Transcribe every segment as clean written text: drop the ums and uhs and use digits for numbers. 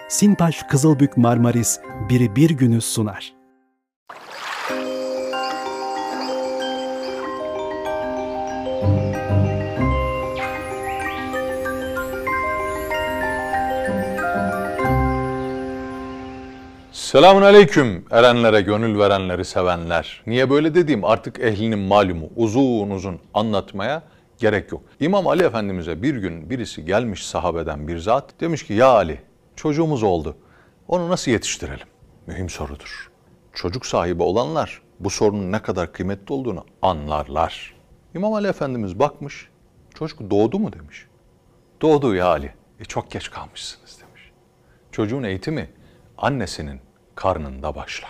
Sintaş Kızılbük Marmaris Biri Bir Günü sunar. Selamun aleyküm erenlere, gönül verenleri sevenler. Niye böyle dediğim artık ehlinin malumu, uzun uzun anlatmaya gerek yok. İmam Ali Efendimiz'e bir gün birisi gelmiş, sahabeden bir zat. Demiş ki ya Ali, çocuğumuz oldu. Onu nasıl yetiştirelim? Mühim sorudur. Çocuk sahibi olanlar bu sorunun ne kadar kıymetli olduğunu anlarlar. İmam Ali Efendimiz bakmış, çocuk doğdu mu demiş. Doğdu ya Ali. Çok geç kalmışsınız demiş. Çocuğun eğitimi annesinin karnında başlar.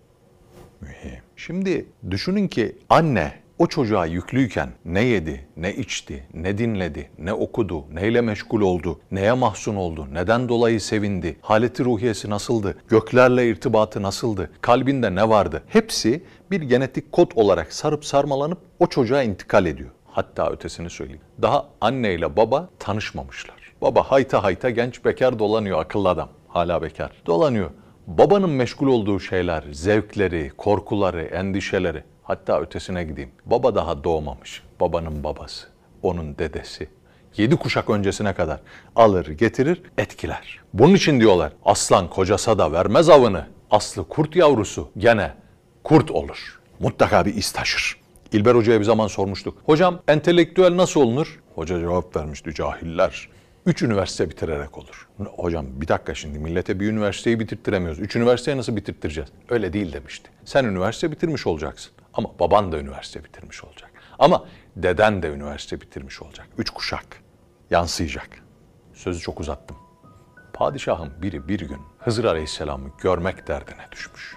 Mühim. Şimdi düşünün ki anne o çocuğa yüklüyken ne yedi, ne içti, ne dinledi, ne okudu, neyle meşgul oldu, neye mahzun oldu, neden dolayı sevindi, haleti ruhiyesi nasıldı, göklerle irtibatı nasıldı, kalbinde ne vardı? Hepsi bir genetik kod olarak sarıp sarmalanıp o çocuğa intikal ediyor. Hatta ötesini söyleyeyim. Daha anneyle baba tanışmamışlar. Baba hayta hayta genç bekar dolanıyor, akıllı adam. Hala bekar. Dolanıyor. Babanın meşgul olduğu şeyler, zevkleri, korkuları, endişeleri. Hatta ötesine gideyim. Baba daha doğmamış. Babanın babası, onun dedesi. 7 kuşak öncesine kadar alır, getirir, etkiler. Bunun için diyorlar, aslan kocasa da vermez avını. Aslı kurt yavrusu gene kurt olur. Mutlaka bir iz taşır. İlber Hoca'ya bir zaman sormuştuk. Hocam entelektüel nasıl olunur? Hoca cevap vermişti, cahiller 3 üniversite bitirerek olur. Hocam bir dakika şimdi millete bir üniversiteyi bitirttiremiyoruz. 3 üniversiteyi nasıl bitirttireceğiz? Öyle değil demişti. Sen üniversite bitirmiş olacaksın. Ama baban da üniversite bitirmiş olacak. Ama deden de üniversite bitirmiş olacak. 3 kuşak yansıyacak. Sözü çok uzattım. Padişahın biri bir gün Hızır Aleyhisselam'ı görmek derdine düşmüş.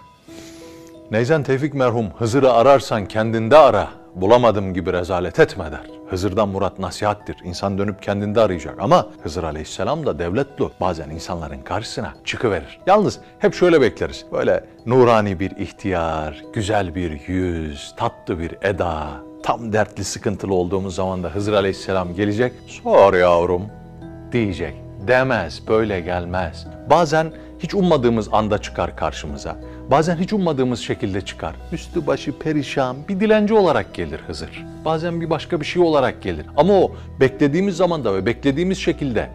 Neyzen Tevfik merhum Hızır'ı ararsan kendinde ara, bulamadım gibi rezalet etme der. Hızır'dan murat nasihattir. İnsan dönüp kendinde arayacak ama Hızır Aleyhisselam da devletlu. Bazen insanların karşısına çıkıverir. Yalnız hep şöyle bekleriz. Böyle nurani bir ihtiyar, güzel bir yüz, tatlı bir eda. Tam dertli, sıkıntılı olduğumuz zaman da Hızır Aleyhisselam gelecek. Sor yavrum diyecek. Demez, böyle gelmez. Bazen hiç ummadığımız anda çıkar karşımıza. Bazen hiç ummadığımız şekilde çıkar. Üstü başı perişan bir dilenci olarak gelir Hızır. Bazen bir başka bir şey olarak gelir. Ama o beklediğimiz zamanda ve beklediğimiz şekilde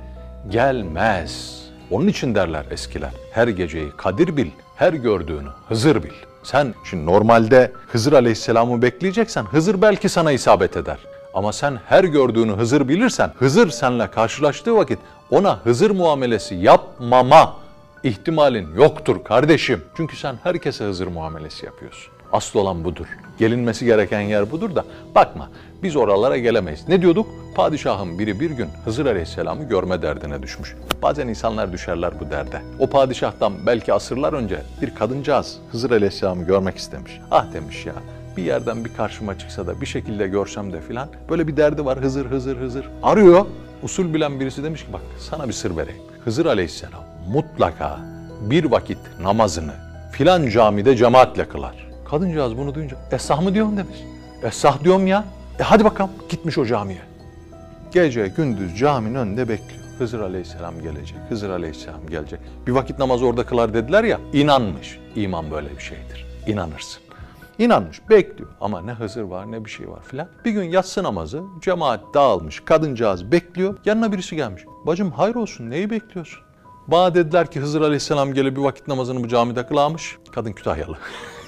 gelmez. Onun için derler eskiler. Her geceyi kadir bil, her gördüğünü Hızır bil. Sen şimdi normalde Hızır Aleyhisselam'ı bekleyeceksen Hızır belki sana isabet eder. Ama sen her gördüğünü Hızır bilirsen, Hızır seninle karşılaştığı vakit ona Hızır muamelesi yapmama ihtimalin yoktur kardeşim. Çünkü sen herkese Hızır muamelesi yapıyorsun. Asıl olan budur. Gelinmesi gereken yer budur da bakma biz oralara gelemeyiz. Ne diyorduk? Padişahın biri bir gün Hızır Aleyhisselam'ı görme derdine düşmüş. Bazen insanlar düşerler bu derde. O padişahtan belki asırlar önce bir kadıncağız Hızır Aleyhisselam'ı görmek istemiş. Ah demiş ya. Bir yerden bir karşıma çıksa da bir şekilde görsem de filan. Böyle bir derdi var Hızır, Hızır, Hızır. Arıyor. Usul bilen birisi demiş ki bak sana bir sır vereyim. Hızır Aleyhisselam mutlaka bir vakit namazını filan camide cemaatle kılar. Kadıncağız bunu duyunca esah mı diyorsun demiş. Esah diyorum ya. Hadi bakalım gitmiş o camiye. Gece gündüz caminin önünde bekliyor. Hızır Aleyhisselam gelecek, Hızır Aleyhisselam gelecek. Bir vakit namazı orada kılar dediler ya, inanmış. İman böyle bir şeydir. İnanırsın. İnanmış, bekliyor ama ne Hızır var ne bir şey var filan. Bir gün yatsı namazı, cemaat dağılmış, kadıncağız bekliyor. Yanına birisi gelmiş. Bacım hayır olsun, neyi bekliyorsun? Bana dediler ki Hızır Aleyhisselam gelip bir vakit namazını bu camide kılamış. Kadın Kütahyalı.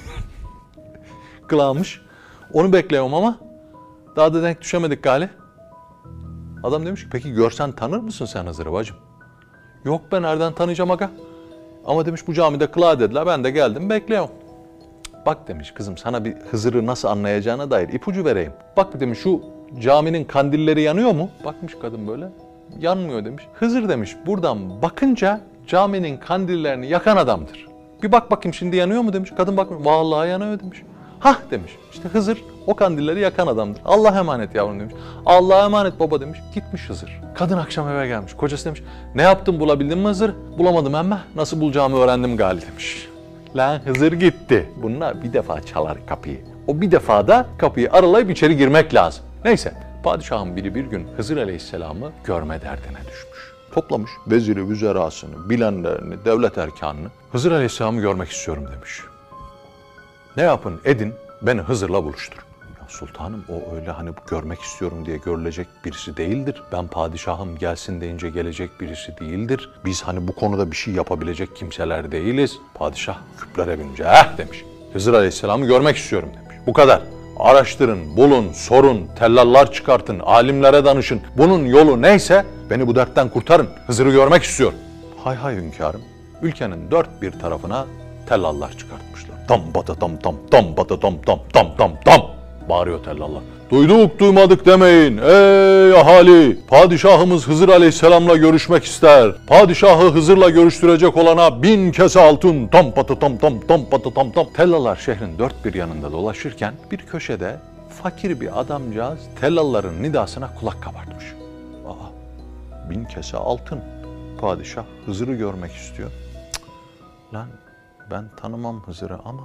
Kılamış. Onu bekliyorum ama daha da denk düşemedik gali. Adam demiş ki peki görsen tanır mısın sen Hızır'ı bacım? Yok ben nereden tanıyacağım aga? Ama demiş bu camide kıla dediler, ben de geldim bekliyorum. Bak demiş kızım sana bir Hızır'ı nasıl anlayacağına dair ipucu vereyim. Bak demiş şu caminin kandilleri yanıyor mu? Bakmış kadın böyle. Yanmıyor demiş. Hızır demiş buradan bakınca caminin kandillerini yakan adamdır. Bir bak bakayım şimdi yanıyor mu demiş. Kadın bakmış vallahi yanıyor demiş. Hah demiş işte Hızır o kandilleri yakan adamdır. Allah'a emanet yavrum demiş. Allah'a emanet baba demiş. Gitmiş Hızır. Kadın akşam eve gelmiş. Kocası demiş ne yaptın bulabildin mi Hızır? Bulamadım ama nasıl bulacağımı öğrendim gali demiş. Lan Hızır gitti. Bunlar bir defa çalar kapıyı. O bir defa da kapıyı aralayıp içeri girmek lazım. Neyse padişahın biri bir gün Hızır Aleyhisselam'ı görme derdine düşmüş. Toplamış veziri, vüzerasını, bilenlerini, devlet erkanını. Hızır Aleyhisselam'ı görmek istiyorum demiş. Ne yapın edin beni Hızır'la buluşturun. Ya sultanım o öyle hani görmek istiyorum diye görülecek birisi değildir. Ben padişahım gelsin deyince gelecek birisi değildir. Biz hani bu konuda bir şey yapabilecek kimseler değiliz. Padişah küplere binince demiş. Hızır Aleyhisselam'ı görmek istiyorum demiş. Bu kadar. Araştırın, bulun, sorun, tellallar çıkartın, alimlere danışın. Bunun yolu neyse beni bu dertten kurtarın. Hızır'ı görmek istiyorum. Hay hay hünkârım. Ülkenin dört bir tarafına tellallar çıkartmışlar. Tam bata tam tam, tam bata tam tam, tam tam tam. Bağırıyor tellallar. Duyduk duymadık demeyin ey ahali. Padişahımız Hızır Aleyhisselam'la görüşmek ister. Padişahı Hızır'la görüştürecek olana 1000 kese altın. Tam patı tam tam, tam patı tam tam. Tellalar şehrin dört bir yanında dolaşırken bir köşede fakir bir adamcağız tellalların nidasına kulak kabartmış. 1000 kese altın. Padişah Hızır'ı görmek istiyor. Cık, lan ben tanımam Hızır'ı ama...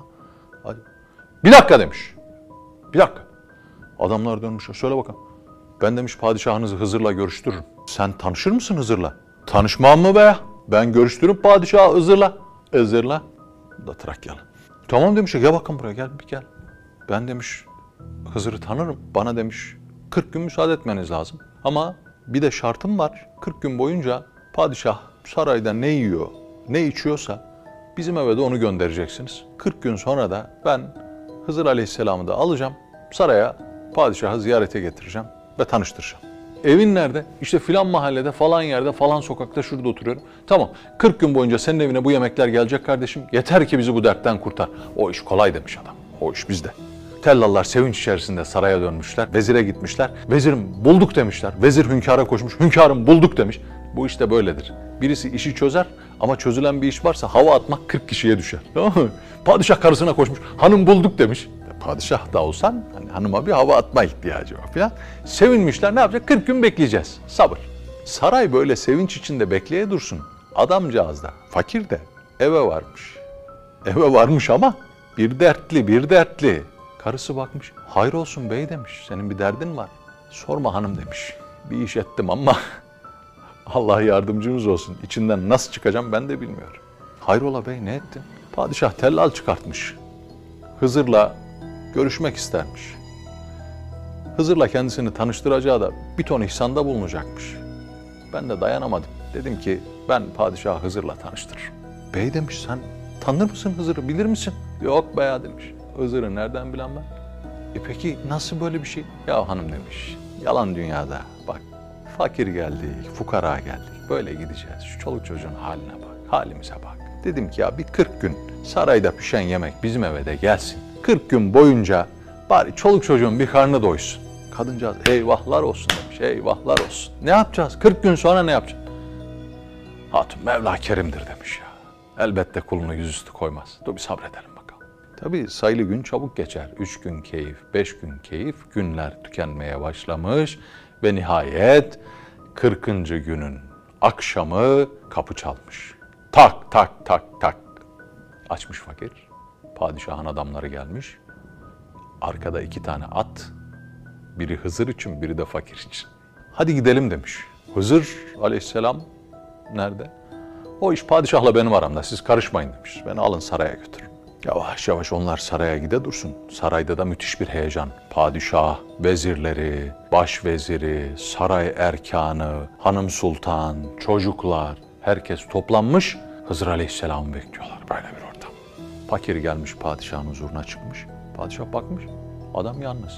Bir dakika demiş. Bir dakika. Adamlar dönmüşler. Söyle bakalım. Ben demiş padişahınızı Hızır'la görüştürürüm. Sen tanışır mısın Hızır'la? Tanışmam mı be? Ben görüştürürüm padişahı Hızır'la. Hızır'la. Da Trakyalı. Tamam demiş. Gel bakalım buraya gel bir gel. Ben demiş Hızır'ı tanırım. Bana demiş 40 gün müsaade etmeniz lazım. Ama bir de şartım var. 40 gün boyunca padişah sarayda ne yiyor, ne içiyorsa bizim eve de onu göndereceksiniz. 40 gün sonra da ben Hızır Aleyhisselam'ı da alacağım. Saraya padişahı ziyarete getireceğim ve tanıştıracağım. Evin nerede? İşte filan mahallede, falan yerde, falan sokakta şurada oturuyorum. Tamam 40 gün boyunca senin evine bu yemekler gelecek kardeşim. Yeter ki bizi bu dertten kurtar. O iş kolay demiş adam. O iş bizde. Tellallar sevinç içerisinde saraya dönmüşler. Vezire gitmişler. Vezirim bulduk demişler. Vezir hünkâra koşmuş. Hünkârım bulduk demiş. Bu işte böyledir. Birisi işi çözer ama çözülen bir iş varsa hava atmak 40 kişiye düşer. Tamam mı? Padişah karısına koşmuş. Hanım bulduk demiş. Padişah da olsan hani hanıma bir hava atma ihtiyacı var falan. Sevinmişler ne yapacak? 40 gün bekleyeceğiz. Sabır. Saray böyle sevinç içinde bekleye dursun. Adamcağız da fakir de eve varmış. Eve varmış ama bir dertli. Karısı bakmış. Hayrolsun bey demiş. Senin bir derdin var. Sorma hanım demiş. Bir iş ettim ama Allah yardımcımız olsun. İçinden nasıl çıkacağım ben de bilmiyorum. Hayrola bey ne ettin? Padişah tellal çıkartmış. Hızır'la görüşmek istermiş. Hızır'la kendisini tanıştıracağı da bir ton ihsanda bulunacakmış. Ben de dayanamadım. Dedim ki ben padişahı Hızır'la tanıştırırım. Bey demiş sen tanır mısın Hızır'ı bilir misin? Yok be ya demiş. Hızır'ı nereden bilen ben? Peki nasıl böyle bir şey? Ya hanım demiş. Yalan dünyada bak fakir geldik, fukara geldik. Böyle gideceğiz. Şu çoluk çocuğun haline bak, halimize bak. Dedim ki ya bir 40 gün sarayda pişen yemek bizim eve de gelsin. 40 gün boyunca bari çoluk çocuğun bir karnı doysun. Kadıncağız eyvahlar olsun demiş, eyvahlar olsun. Ne yapacağız? 40 gün sonra ne yapacağız? Hatun Mevla kerimdir demiş ya. Elbette kulunu yüzüstü koymaz. Dur bir sabredelim bakalım. Tabii sayılı gün çabuk geçer. 3 gün keyif, 5 gün keyif. Günler tükenmeye başlamış ve nihayet 40. günün akşamı kapı çalmış. Tak tak tak tak. Açmış fakir. Padişahın adamları gelmiş. Arkada 2 tane at. Biri Hızır için, biri de fakir için. Hadi gidelim demiş. Hızır Aleyhisselam nerede? O iş padişahla benim aramda. Siz karışmayın demiş. Beni alın saraya götürün. Yavaş yavaş onlar saraya gide dursun. Sarayda da müthiş bir heyecan. Padişah, vezirleri, başveziri, saray erkanı, hanım sultan, çocuklar. Herkes toplanmış. Hızır Aleyhisselam'ı bekliyorlar. Böyle bir ortam. Fakir gelmiş padişahın huzuruna çıkmış. Padişah bakmış. Adam yalnız.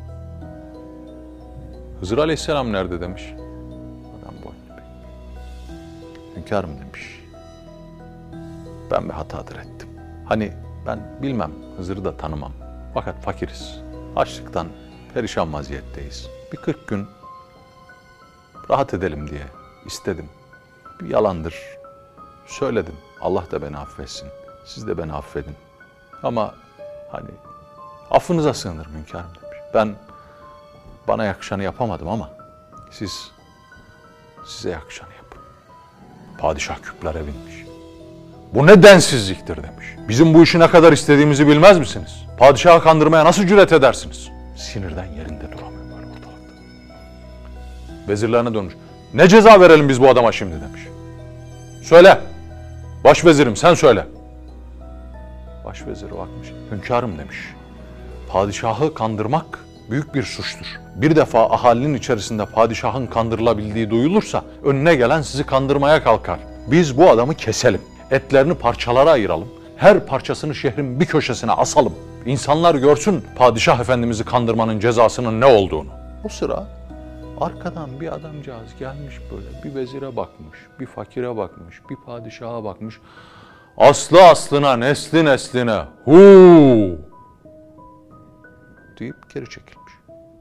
Hızır Aleyhisselam nerede demiş. Adam boynunu bükmüş. Hünkârım demiş. Ben bir hatadır ettim. Hani ben bilmem, Hızır'ı da tanımam. Fakat fakiriz. Açlıktan perişan vaziyetteyiz. Bir 40 gün rahat edelim diye istedim. Bir yalandır. Söyledim. Allah da beni affetsin. Siz de beni affedin. Ama hani affınıza sığınırım hünkârım demiş. Ben bana yakışanı yapamadım ama siz size yakışanı yapın. Padişah küplere binmiş. Bu ne densizliktir demiş. Bizim bu işi ne kadar istediğimizi bilmez misiniz? Padişahı kandırmaya nasıl cüret edersiniz? Sinirden yerinde duramıyor böyle ortalıkta. Vezirlerine dönmüş. Ne ceza verelim biz bu adama şimdi demiş. Söyle. Başvezirim sen söyle. Başveziri bakmış. Hünkârım demiş. Padişahı kandırmak büyük bir suçtur. Bir defa ahalinin içerisinde padişahın kandırılabildiği duyulursa önüne gelen sizi kandırmaya kalkar. Biz bu adamı keselim. Etlerini parçalara ayıralım. Her parçasını şehrin bir köşesine asalım. İnsanlar görsün padişah efendimizi kandırmanın cezasının ne olduğunu. O sıra arkadan bir adamcağız gelmiş böyle, bir vezire bakmış, bir fakire bakmış, bir padişaha bakmış. Aslı aslına, nesli nesline, huu deyip geri çekilmiş.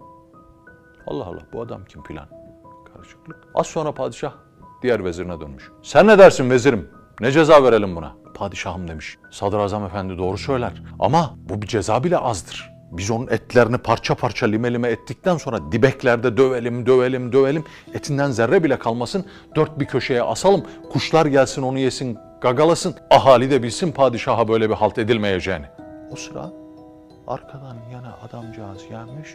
Allah Allah, bu adam kim filan? Karışıklık. Az sonra padişah diğer vezirine dönmüş. Sen ne dersin vezirim? Ne ceza verelim buna? Padişahım demiş. Sadrazam efendi doğru söyler. Ama bu bir ceza bile azdır. Biz onun etlerini parça parça lime lime ettikten sonra dibeklerde dövelim. Etinden zerre bile kalmasın. Dört bir köşeye asalım. Kuşlar gelsin onu yesin, gagalasın. Ahali de bilsin padişaha böyle bir halt edilmeyeceğini. O sıra arkadan yana adamcağız gelmiş.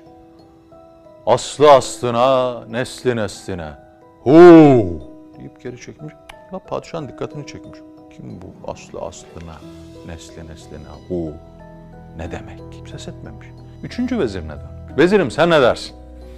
Aslı aslına, nesli nesline. Huu deyip geri çekmiş. La padişahın dikkatini çekmiş. Kim bu aslı aslına, nesli nesline, huu? Ne demek? Ses etmemiş. Üçüncü vezirine dönmüş. Vezirim sen ne dersin?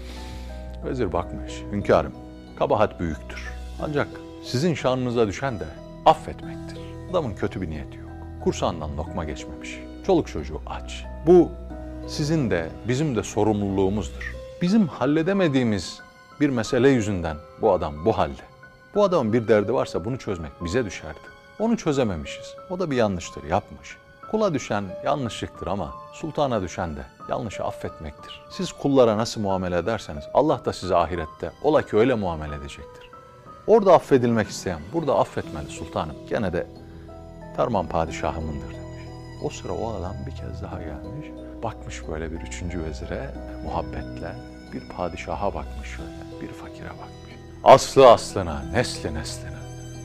Vezir bakmış. Hünkârım, kabahat büyüktür. Ancak sizin şanınıza düşen de affetmektir. Adamın kötü bir niyeti yok. Kursağından lokma geçmemiş. Çoluk çocuğu aç. Bu sizin de bizim de sorumluluğumuzdur. Bizim halledemediğimiz bir mesele yüzünden bu adam bu halde. Bu adamın bir derdi varsa bunu çözmek bize düşerdi. Onu çözememişiz. O da bir yanlıştır, yapmış. Kula düşen yanlışlıktır ama sultana düşen de yanlışı affetmektir. Siz kullara nasıl muamele ederseniz Allah da size ahirette ola ki öyle muamele edecektir. Orada affedilmek isteyen burada affetmeli sultanım. Gene de ferman padişahımındır demiş. O sıra o adam bir kez daha gelmiş. Bakmış böyle bir üçüncü vezire muhabbetle, bir padişaha bakmış şöyle, bir fakire bakmış. Aslı aslına, nesli nesline.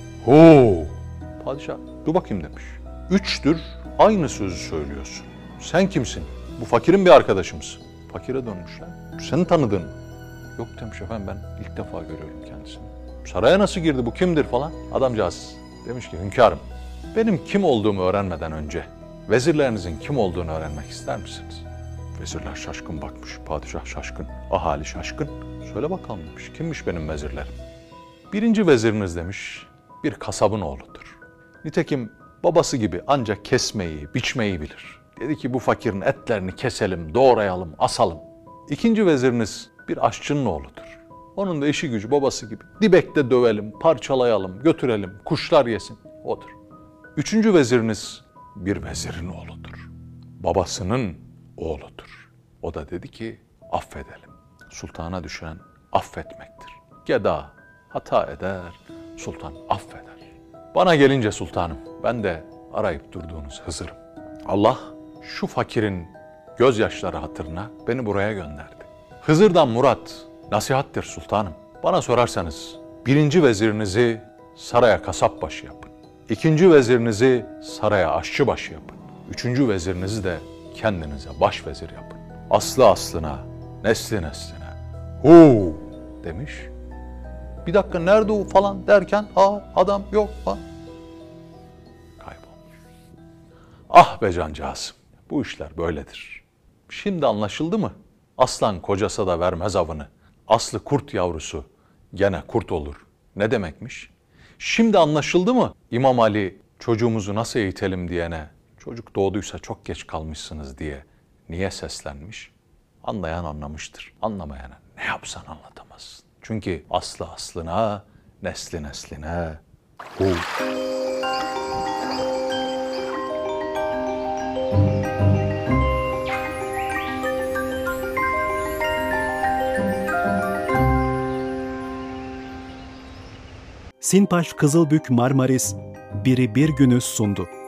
Huu! Padişah, dur bakayım demiş. Üçtür, aynı sözü söylüyorsun. Sen kimsin? Bu fakirin bir arkadaşı mısın? Fakire dönmüşler. Seni tanıdın. Yok demiş efendim, ben ilk defa görüyorum kendisini. Saraya nasıl girdi, bu kimdir falan? Adamcağız demiş ki hünkârım, benim kim olduğumu öğrenmeden önce vezirlerinizin kim olduğunu öğrenmek ister misiniz? Vezirler şaşkın bakmış, padişah şaşkın, ahali şaşkın. Söyle bakalım demiş, kimmiş benim vezirlerim? Birinci veziriniz demiş, bir kasabın oğludur. Nitekim babası gibi ancak kesmeyi, biçmeyi bilir. Dedi ki bu fakirin etlerini keselim, doğrayalım, asalım. İkinci veziriniz bir aşçının oğludur. Onun da işi gücü babası gibi. Dibekte dövelim, parçalayalım, götürelim, kuşlar yesin. Odur. Üçüncü veziriniz bir vezirin oğludur. Babasının oğludur. O da dedi ki affedelim. Sultana düşen affetmektir. Geda hata eder, sultan affeder. Bana gelince sultanım, ben de arayıp durduğunuz Hızır'ım. Allah şu fakirin gözyaşları hatırına beni buraya gönderdi. Hızır'dan murat nasihattir sultanım. Bana sorarsanız birinci vezirinizi saraya kasapbaşı yapın. İkinci vezirinizi saraya aşçıbaşı yapın. Üçüncü vezirinizi de kendinize başvezir yapın. Aslı aslına, nesli nesline. Huu demiş. Bir dakika nerede o falan derken adam yok falan. Kaybolmuş. Ah be cancağızım, bu işler böyledir. Şimdi anlaşıldı mı? Aslan kocasa da vermez avını. Aslı kurt yavrusu gene kurt olur. Ne demekmiş? Şimdi anlaşıldı mı? İmam Ali çocuğumuzu nasıl eğitelim diyene, çocuk doğduysa çok geç kalmışsınız diye niye seslenmiş? Anlayan anlamıştır. Anlamayana ne yapsan anlatamazsın. Çünkü aslı aslına, nesli nesline. Sinpaş Kızılbük Marmaris Biri Bir Günü sundu.